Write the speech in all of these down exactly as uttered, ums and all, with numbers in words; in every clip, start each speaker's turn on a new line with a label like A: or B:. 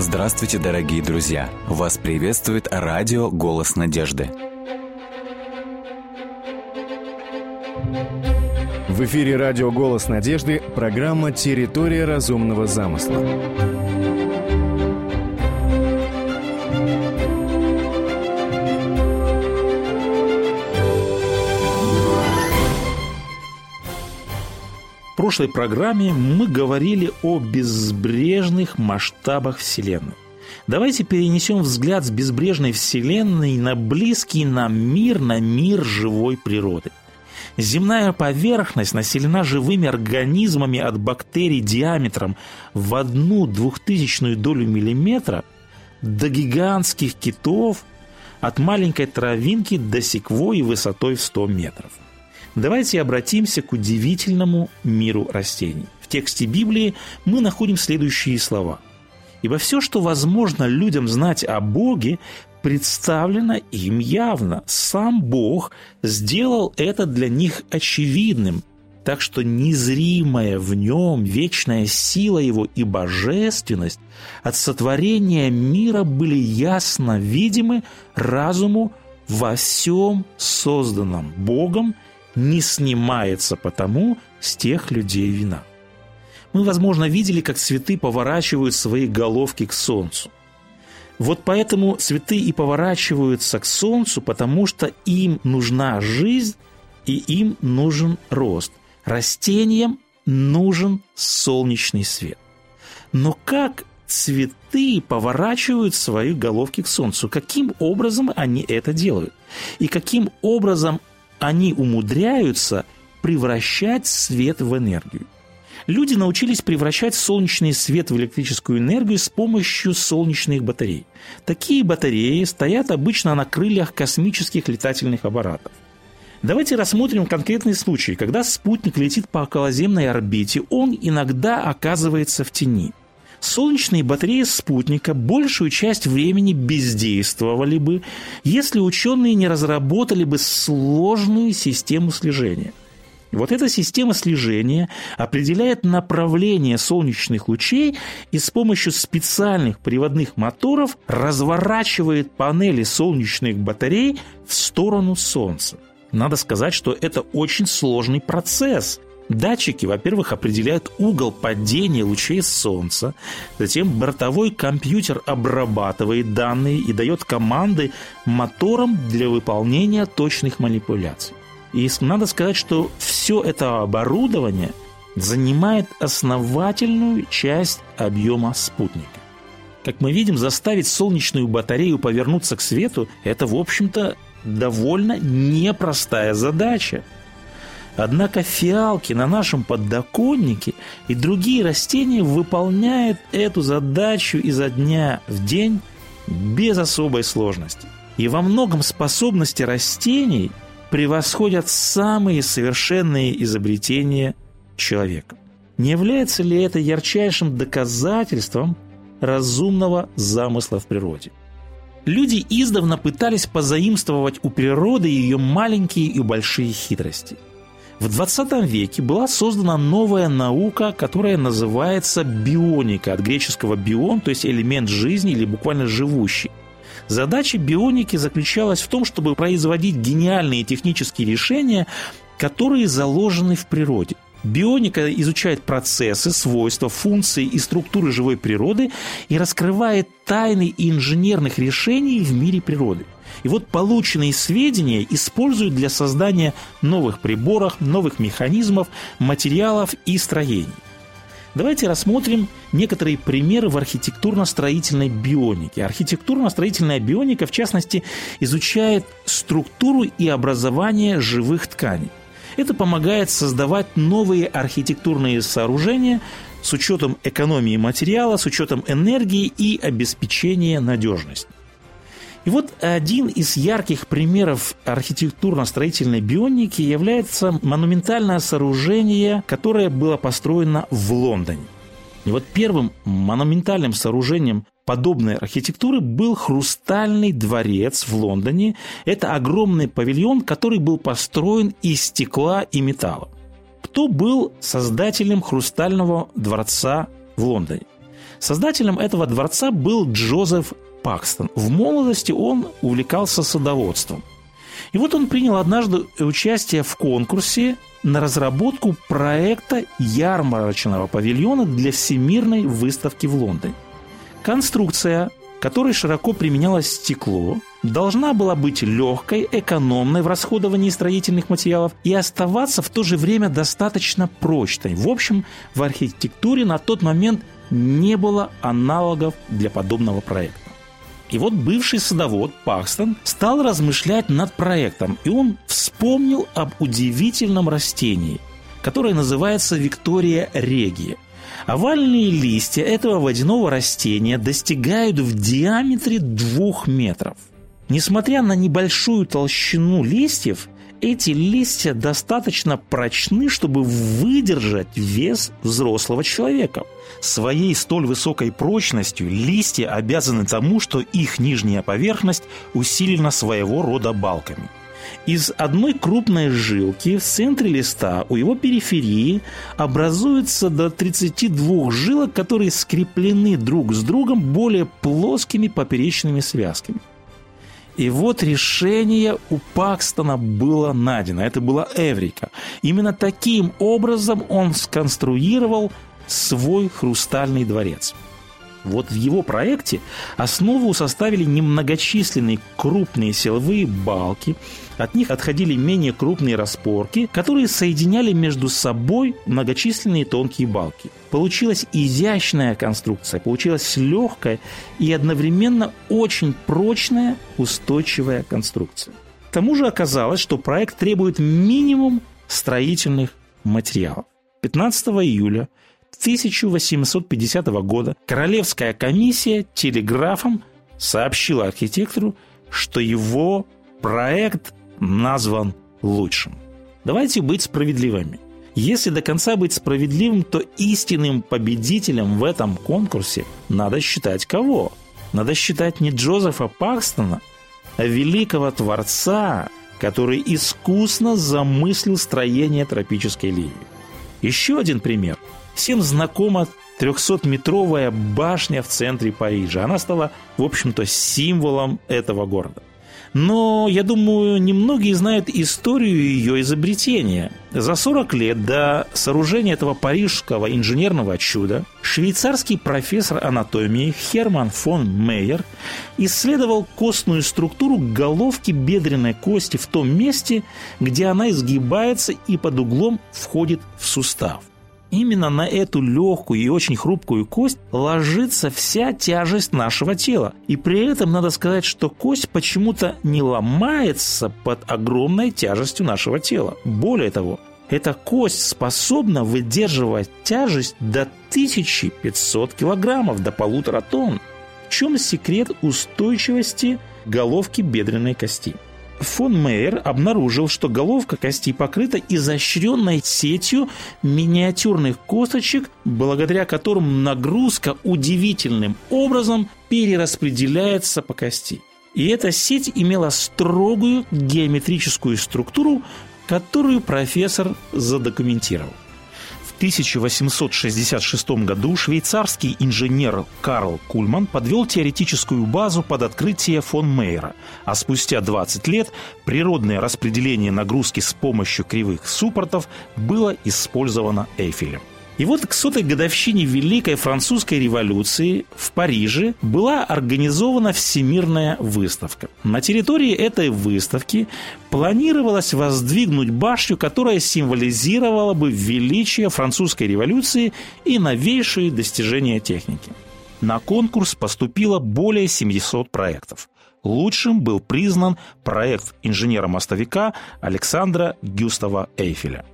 A: Здравствуйте, дорогие друзья! Вас приветствует радио «Голос надежды».
B: В эфире радио «Голос надежды» программа «Территория разумного замысла».
C: В прошлой программе мы говорили о безбрежных масштабах Вселенной. Давайте перенесем взгляд с безбрежной Вселенной на близкий нам мир, на мир живой природы. Земная поверхность населена живыми организмами от бактерий диаметром в одну двухтысячную долю миллиметра до гигантских китов, от маленькой травинки до секвойи высотой в сто метров. Давайте обратимся к удивительному миру растений. В тексте Библии мы находим следующие слова. «Ибо все, что возможно людям знать о Боге, представлено им явно. Сам Бог сделал это для них очевидным, так что незримая в нем вечная сила его и божественность от сотворения мира были ясно видимы разуму во всем созданном Богом, не снимается потому с тех людей вина». Мы, возможно, видели, как цветы поворачивают свои головки к солнцу. Вот поэтому цветы и поворачиваются к солнцу, потому что им нужна жизнь и им нужен рост. Растениям нужен солнечный свет. Но как цветы поворачивают свои головки к солнцу? Каким образом они это делают? И каким образом они умудряются превращать свет в энергию? Люди научились превращать солнечный свет в электрическую энергию с помощью солнечных батарей. Такие батареи стоят обычно на крыльях космических летательных аппаратов. Давайте рассмотрим конкретный случай, когда спутник летит по околоземной орбите, он иногда оказывается в тени. Солнечные батареи спутника большую часть времени бездействовали бы, если ученые не разработали бы сложную систему слежения. Вот эта система слежения определяет направление солнечных лучей и с помощью специальных приводных моторов разворачивает панели солнечных батарей в сторону Солнца. Надо сказать, что это очень сложный процесс. Датчики, во-первых, определяют угол падения лучей Солнца, затем бортовой компьютер обрабатывает данные и дает команды моторам для выполнения точных манипуляций. И надо сказать, что все это оборудование занимает основательную часть объема спутника. Как мы видим, заставить солнечную батарею повернуться к свету – это, в общем-то, довольно непростая задача. Однако фиалки на нашем подоконнике и другие растения выполняют эту задачу изо дня в день без особой сложности. И во многом способности растений превосходят самые совершенные изобретения человека. Не является ли это ярчайшим доказательством разумного замысла в природе? Люди издавна пытались позаимствовать у природы ее маленькие и большие хитрости. В двадцатом веке была создана новая наука, которая называется бионика, от греческого бион, то есть элемент жизни или буквально живущий. Задача бионики заключалась в том, чтобы производить гениальные технические решения, которые заложены в природе. Бионика изучает процессы, свойства, функции и структуры живой природы и раскрывает тайны инженерных решений в мире природы. И вот полученные сведения используют для создания новых приборов, новых механизмов, материалов и строений. Давайте рассмотрим некоторые примеры в архитектурно-строительной бионике. Архитектурно-строительная бионика, в частности, изучает структуру и образование живых тканей. Это помогает создавать новые архитектурные сооружения с учетом экономии материала, с учетом энергии и обеспечения надежности. И вот один из ярких примеров архитектурно-строительной бионики является монументальное сооружение, которое было построено в Лондоне. И вот первым монументальным сооружением подобной архитектуры был Хрустальный дворец в Лондоне. Это огромный павильон, который был построен из стекла и металла. Кто был создателем Хрустального дворца в Лондоне? Создателем этого дворца был Джозеф Пакстон. В молодости он увлекался садоводством. И вот он принял однажды участие в конкурсе на разработку проекта ярмарочного павильона для Всемирной выставки в Лондоне. Конструкция, которой широко применялось стекло, должна была быть легкой, экономной в расходовании строительных материалов и оставаться в то же время достаточно прочной. В общем, в архитектуре на тот момент не было аналогов для подобного проекта. И вот бывший садовод Пакстон стал размышлять над проектом, и он вспомнил об удивительном растении, которое называется Виктория регия. Овальные листья этого водяного растения достигают в диаметре двух метров. Несмотря на небольшую толщину листьев, эти листья достаточно прочны, чтобы выдержать вес взрослого человека. Своей столь высокой прочностью листья обязаны тому, что их нижняя поверхность усилена своего рода балками. Из одной крупной жилки в центре листа у его периферии образуется до тридцати двух жилок, которые скреплены друг с другом более плоскими поперечными связками. И вот решение у Пакстона было найдено. Это была эврика. Именно таким образом он сконструировал свой хрустальный дворец. Вот в его проекте основу составили немногочисленные крупные силовые балки, от них отходили менее крупные распорки, которые соединяли между собой многочисленные тонкие балки. Получилась изящная конструкция, получилась легкая и одновременно очень прочная, устойчивая конструкция. К тому же оказалось, что проект требует минимум строительных материалов. пятнадцатого июля тысяча восемьсот пятидесятого года Королевская комиссия телеграфом сообщила архитектору, что его проект назван лучшим. Давайте быть справедливыми. Если до конца быть справедливым, то истинным победителем в этом конкурсе надо считать кого? Надо считать не Джозефа Пакстона, а великого творца, который искусно замыслил строение тропической линии. Еще один пример. Всем знакома трехсотметровая башня в центре Парижа. Она стала, в общем-то, символом этого города. Но, я думаю, немногие знают историю ее изобретения. За сорок лет до сооружения этого парижского инженерного чуда швейцарский профессор анатомии Херман фон Мейер исследовал костную структуру головки бедренной кости в том месте, где она изгибается и под углом входит в сустав. Именно на эту легкую и очень хрупкую кость ложится вся тяжесть нашего тела. И при этом надо сказать, что кость почему-то не ломается под огромной тяжестью нашего тела. Более того, эта кость способна выдерживать тяжесть до тысячи пятисот килограммов, до полутора тонн. В чем секрет устойчивости головки бедренной кости? Фон Мейер обнаружил, что головка кости покрыта изощренной сетью миниатюрных косточек, благодаря которым нагрузка удивительным образом перераспределяется по кости. И эта сеть имела строгую геометрическую структуру, которую профессор задокументировал. В тысяча восемьсот шестьдесят шестом году швейцарский инженер Карл Кульман подвел теоретическую базу под открытие фон Мейера, а спустя двадцать лет природное распределение нагрузки с помощью кривых суппортов было использовано Эйфелем. И вот к сотой годовщине Великой Французской революции в Париже была организована Всемирная выставка. На территории этой выставки планировалось воздвигнуть башню, которая символизировала бы величие Французской революции и новейшие достижения техники. На конкурс поступило более семисот проектов. Лучшим был признан проект инженера-мостовика Александра Гюстава Эйфеля.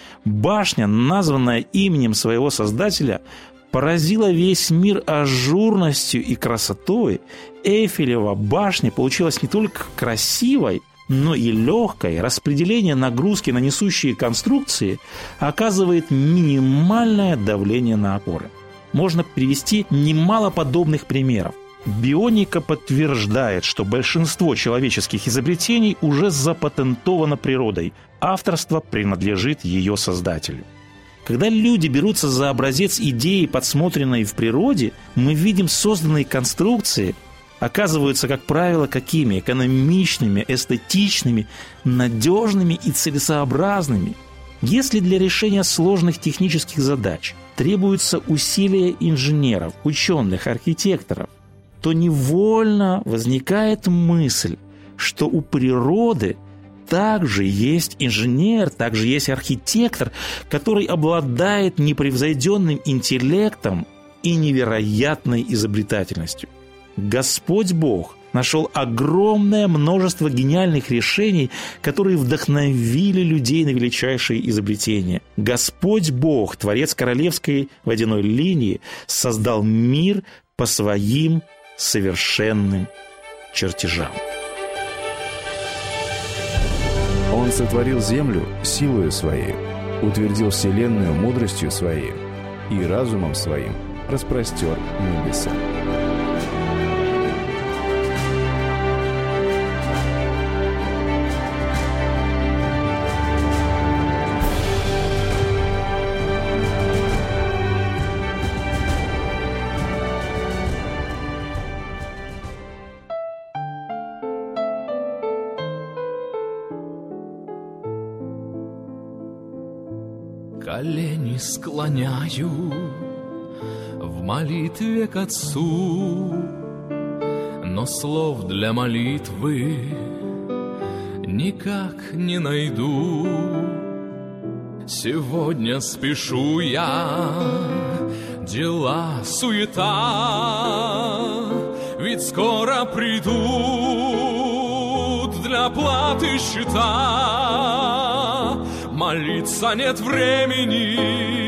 C: Башня, названная именем своего создателя, поразила весь мир ажурностью и красотой. Эйфелева башня получилась не только красивой, но и легкой. Распределение нагрузки на несущие конструкции оказывает минимальное давление на опоры. Можно привести немало подобных примеров. Бионика подтверждает, что большинство человеческих изобретений уже запатентовано природой. Авторство принадлежит ее создателю. Когда люди берутся за образец идеи, подсмотренной в природе, мы видим созданные конструкции, оказываются, как правило, какими? Экономичными, эстетичными, надежными и целесообразными. Если для решения сложных технических задач требуются усилия инженеров, ученых, архитекторов, то невольно возникает мысль, что у природы также есть инженер, также есть архитектор, который обладает непревзойденным интеллектом и невероятной изобретательностью. Господь Бог нашел огромное множество гениальных решений, которые вдохновили людей на величайшие изобретения. Господь Бог, Творец королевской водяной линии, создал мир по своим совершенным чертежам.
B: Он сотворил землю силою своей, утвердил вселенную мудростью своей и разумом своим распростер небеса.
D: Колени склоняю в молитве к Отцу, но слов для молитвы никак не найду. Сегодня спешу я, дела суета, ведь скоро придут для платы счета. Молиться нет времени,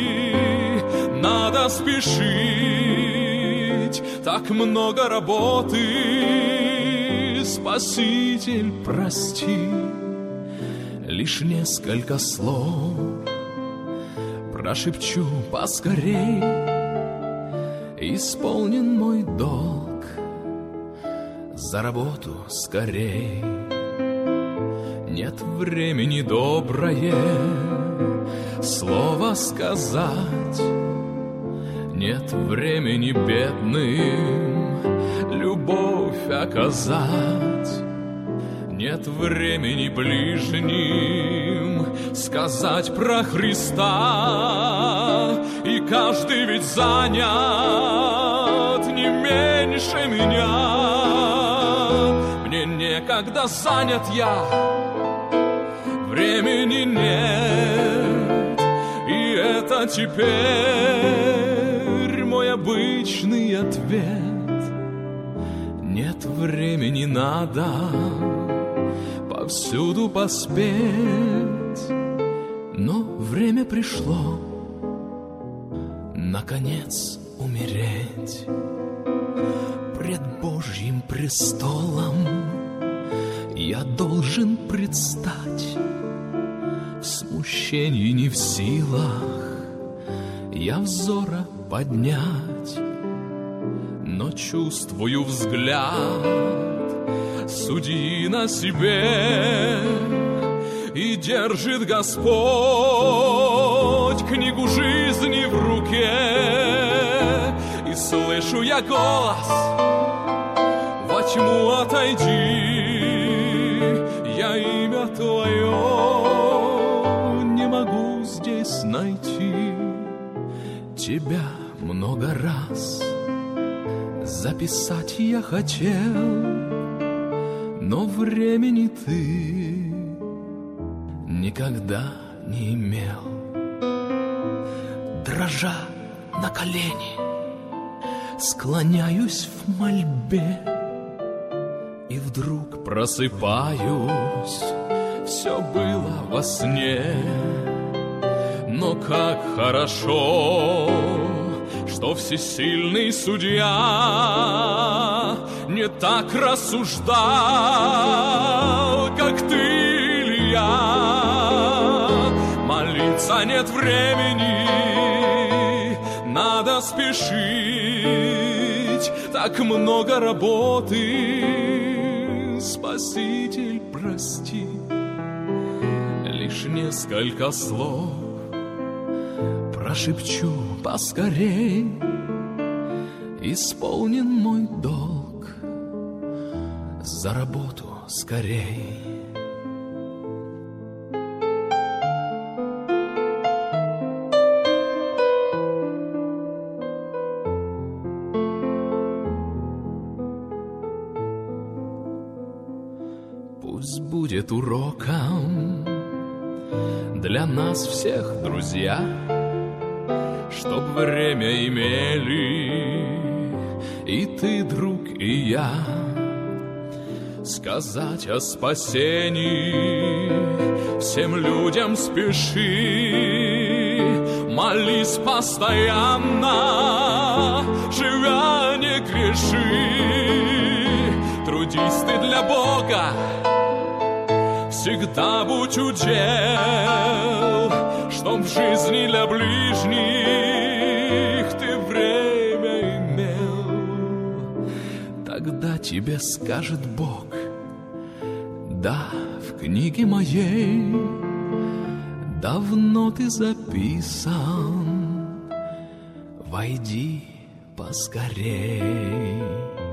D: надо спешить, так много работы, Спаситель, прости. Лишь несколько слов прошепчу поскорей, исполнен мой долг, за работу скорей. Нет времени доброе слово сказать, нет времени бедным любовь оказать, нет времени ближним сказать про Христа, и каждый ведь занят не меньше меня. Мне некогда, занят я, времени нет, и это теперь мой обычный ответ. Нет времени, надо повсюду поспеть, но время пришло, наконец, умереть. Пред Божьим престолом я должен предстать, в смущении не в силах я взора поднять, но чувствую взгляд судьи на себе, и держит Господь книгу жизни в руке, и слышу я голос: во тьму отойди, я имя Твое не могу здесь найти. Тебя много раз записать я хотел, но времени ты никогда не имел. Дрожа на колени, склоняюсь в мольбе, и вдруг просыпаюсь, все было во сне. Но как хорошо, что всесильный судья не так рассуждал, как ты или я. Молиться нет времени, надо спешить, так много работы, Спаситель, прости. Лишь несколько слов прошепчу поскорей, исполнен мой долг, за работу скорей. Пусть будет уроком для нас всех, друзья, чтоб время имели и ты, друг, и я, сказать о спасении всем людям спеши. Молись постоянно, живя не греши. Трудись ты для Бога, всегда будь у дел, чтоб в жизни для ближних ты время имел. Тогда тебе скажет Бог: да, в книге моей давно ты записан, войди поскорей.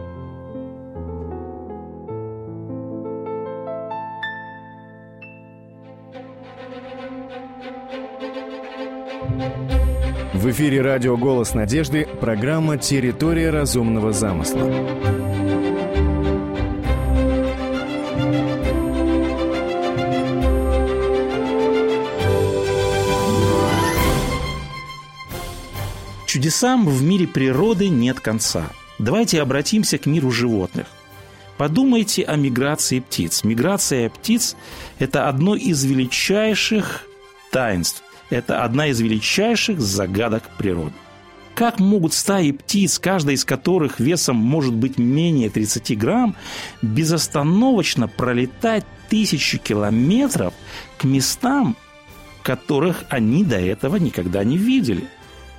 B: В эфире радио «Голос надежды», программа «Территория разумного замысла».
C: Чудесам в мире природы нет конца. Давайте обратимся к миру животных. Подумайте о миграции птиц. Миграция птиц – это одно из величайших таинств. Это одна из величайших загадок природы. Как могут стаи птиц, каждая из которых весом может быть менее тридцати грамм, безостановочно пролетать тысячи километров к местам, которых они до этого никогда не видели?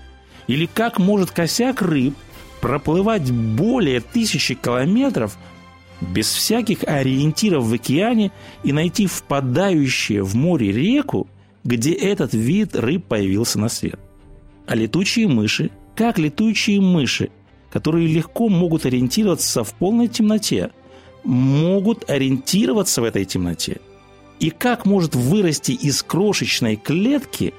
C: Или как может косяк рыб проплывать более тысячи километров без всяких ориентиров в океане и найти впадающую в море реку, где этот вид рыб появился на свет? А летучие мыши, как летучие мыши, которые легко могут ориентироваться в полной темноте, могут ориентироваться в этой темноте? И как может вырасти из крошечной клетки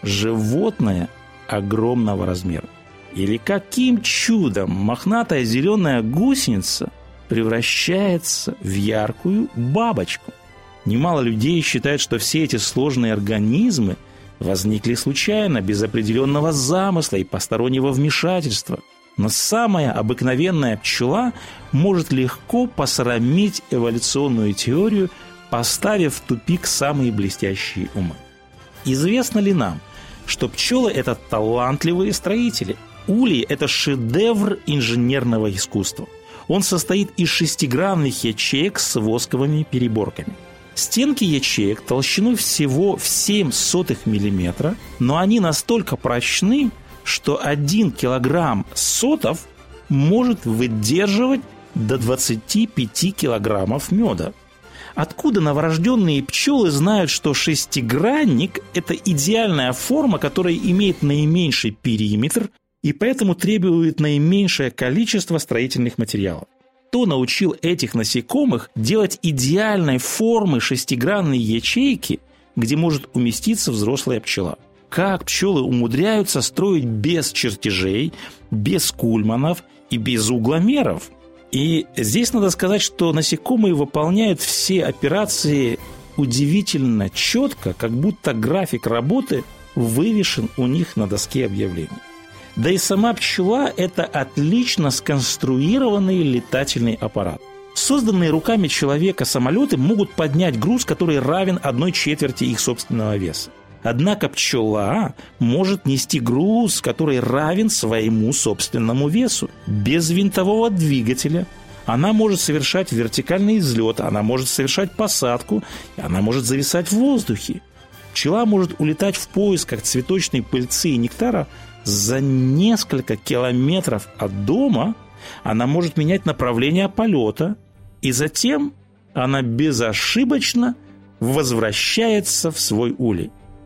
C: животное огромного размера? Или каким чудом мохнатая зеленая гусеница превращается в яркую бабочку? Немало людей считают, что все эти сложные организмы возникли случайно, без определенного замысла и постороннего вмешательства. Но самая обыкновенная пчела может легко посрамить эволюционную теорию, поставив в тупик самые блестящие умы. Известно ли нам, что пчелы – это талантливые строители? Улей – это шедевр инженерного искусства. Он состоит из шестигранных ячеек с восковыми переборками. Стенки ячеек толщиной всего в семь сотых миллиметра, но они настолько прочны, что один килограмм сотов может выдерживать до двадцати пяти килограммов меда. Откуда новорожденные пчелы знают, что шестигранник – это идеальная форма, которая имеет наименьший периметр и поэтому требует наименьшее количество строительных материалов? Кто научил этих насекомых делать идеальной формы шестигранные ячейки, где может уместиться взрослая пчела? Как пчелы умудряются строить без чертежей, без кульманов и без угломеров? И здесь надо сказать, что насекомые выполняют все операции удивительно четко, как будто график работы вывешен у них на доске объявлений. Да и сама пчела – это отлично сконструированный летательный аппарат. Созданные руками человека самолеты могут поднять груз, который равен одной четверти их собственного веса. Однако пчела может нести груз, который равен своему собственному весу. Без винтового двигателя она может совершать вертикальный взлет, она может совершать посадку, и она может зависать в воздухе. Пчела может улетать в поисках цветочной пыльцы и нектара за несколько километров от дома. Она может менять направление полета, и затем она безошибочно возвращается в свой улей.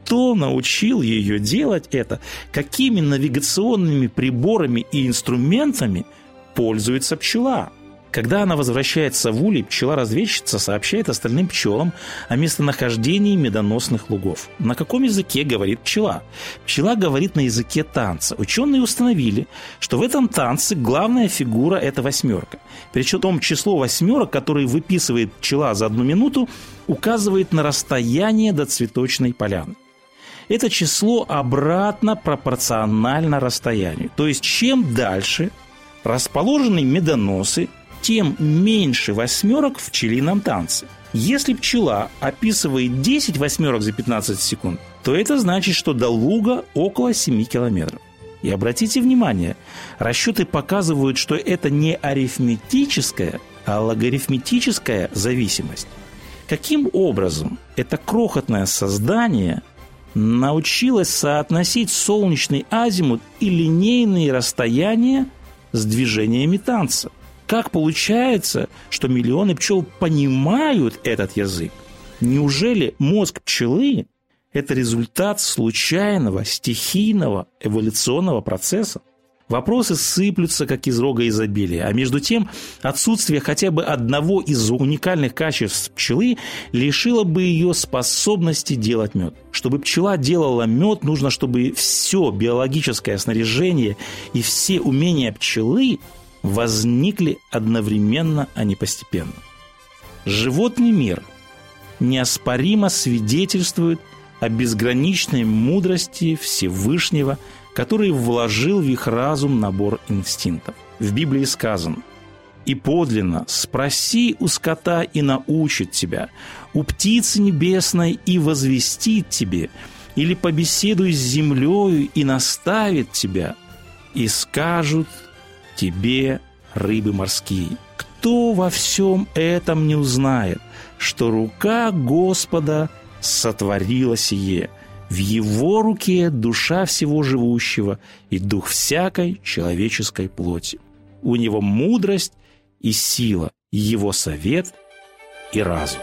C: кто научил ее делать это, какими навигационными приборами и инструментами пользуется пчела. Когда она возвращается в улей, пчела-разведчица сообщает остальным пчелам о местонахождении медоносных лугов. На каком языке говорит пчела? Пчела говорит на языке танца. Ученые установили, что в этом танце главная фигура – это восьмерка. Причем число восьмерок, которые выписывает пчела за одну минуту, указывает на расстояние до цветочной поляны. Это число обратно пропорционально расстоянию. То есть, чем дальше расположены медоносы, тем меньше восьмерок в пчелином танце. Если пчела описывает десять восьмерок за пятнадцать секунд, то это значит, что до луга около семи километров. И обратите внимание, расчеты показывают, что это не арифметическая, а логарифметическая зависимость. Каким образом это крохотное создание научилось соотносить солнечный азимут и линейные расстояния с движениями танца? Как получается, что миллионы пчел понимают этот язык? Неужели мозг пчелы – это результат случайного, стихийного эволюционного процесса? Вопросы сыплются, как из рога изобилия. А между тем, отсутствие хотя бы одного из уникальных качеств пчелы лишило бы ее способности делать мед. Чтобы пчела делала мед, нужно, чтобы все биологическое снаряжение и все умения пчелы возникли одновременно, а не постепенно. Животный мир неоспоримо свидетельствует о безграничной мудрости Всевышнего, который вложил в их разум набор инстинктов. В Библии сказано: «И подлинно спроси у скота, и научит тебя, у птицы небесной, и возвестит тебе, или побеседуй с землею, и наставит тебя, и скажут тебе рыбы морские. Кто во всем этом не узнает, что рука Господа сотворила сие? В его руке душа всего живущего и дух всякой человеческой плоти. У него мудрость и сила, его совет и разум».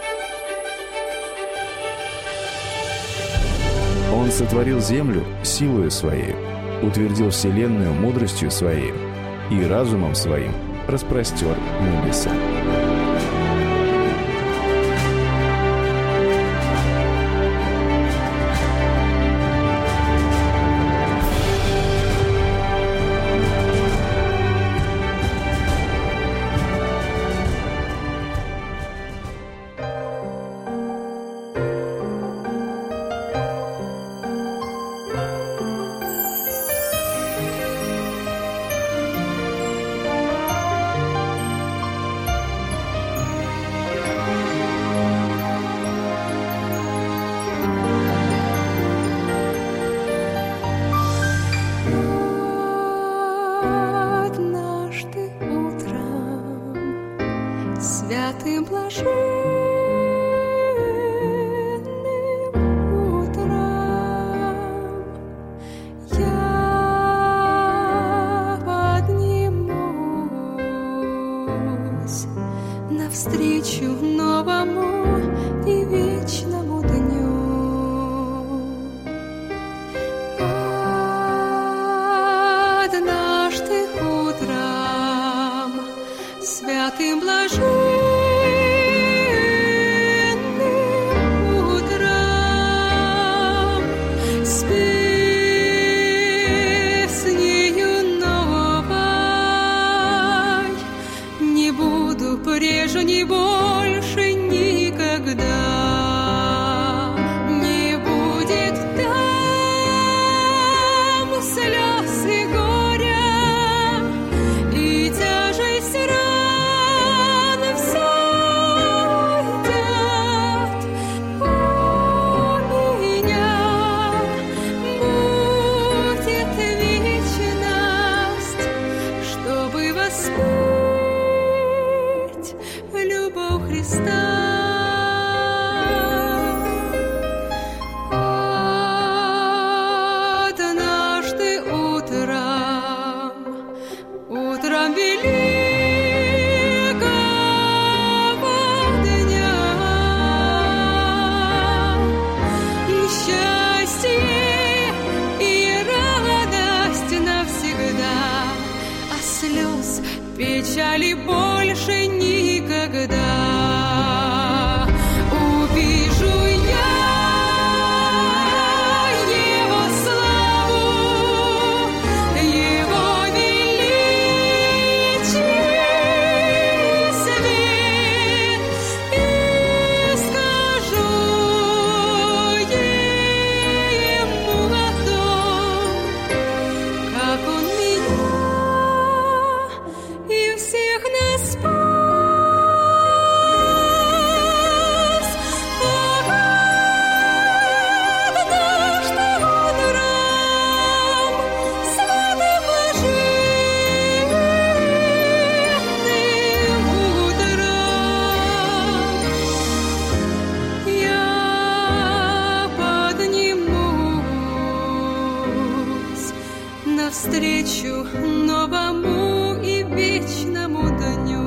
B: Он сотворил землю силою своей, утвердил вселенную мудростью своей, и разумом своим распростер небеса.
E: Святым блаженным утром я поднимусь навстречу новому и вечному дню. Однажды утром святым блаженным прежу не больше никогда не будет там слез и горя и тяжесть ран в ли больше никогда увижу я его славу, его величие, свет, и скажу ему о том, как он меня и всех нас спас. Однажды утром, святым блаженным утром, я поднимусь навстречу новому и вечному дню.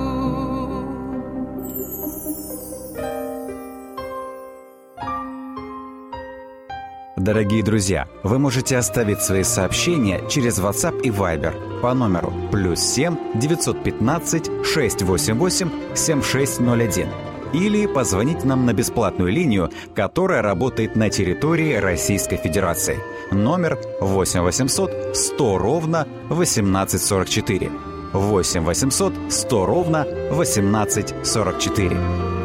A: Дорогие друзья, вы можете оставить свои сообщения через WhatsApp и Viber по номеру плюс семь девятьсот пятнадцать шестьсот восемьдесят восемь семьдесят шесть ноль один или позвонить нам на бесплатную линию, которая работает на территории Российской Федерации. Номер восемь восемьсот сто ровно восемнадцать сорок четыре. восемь восемьсот сто ровно восемнадцать сорок четыре.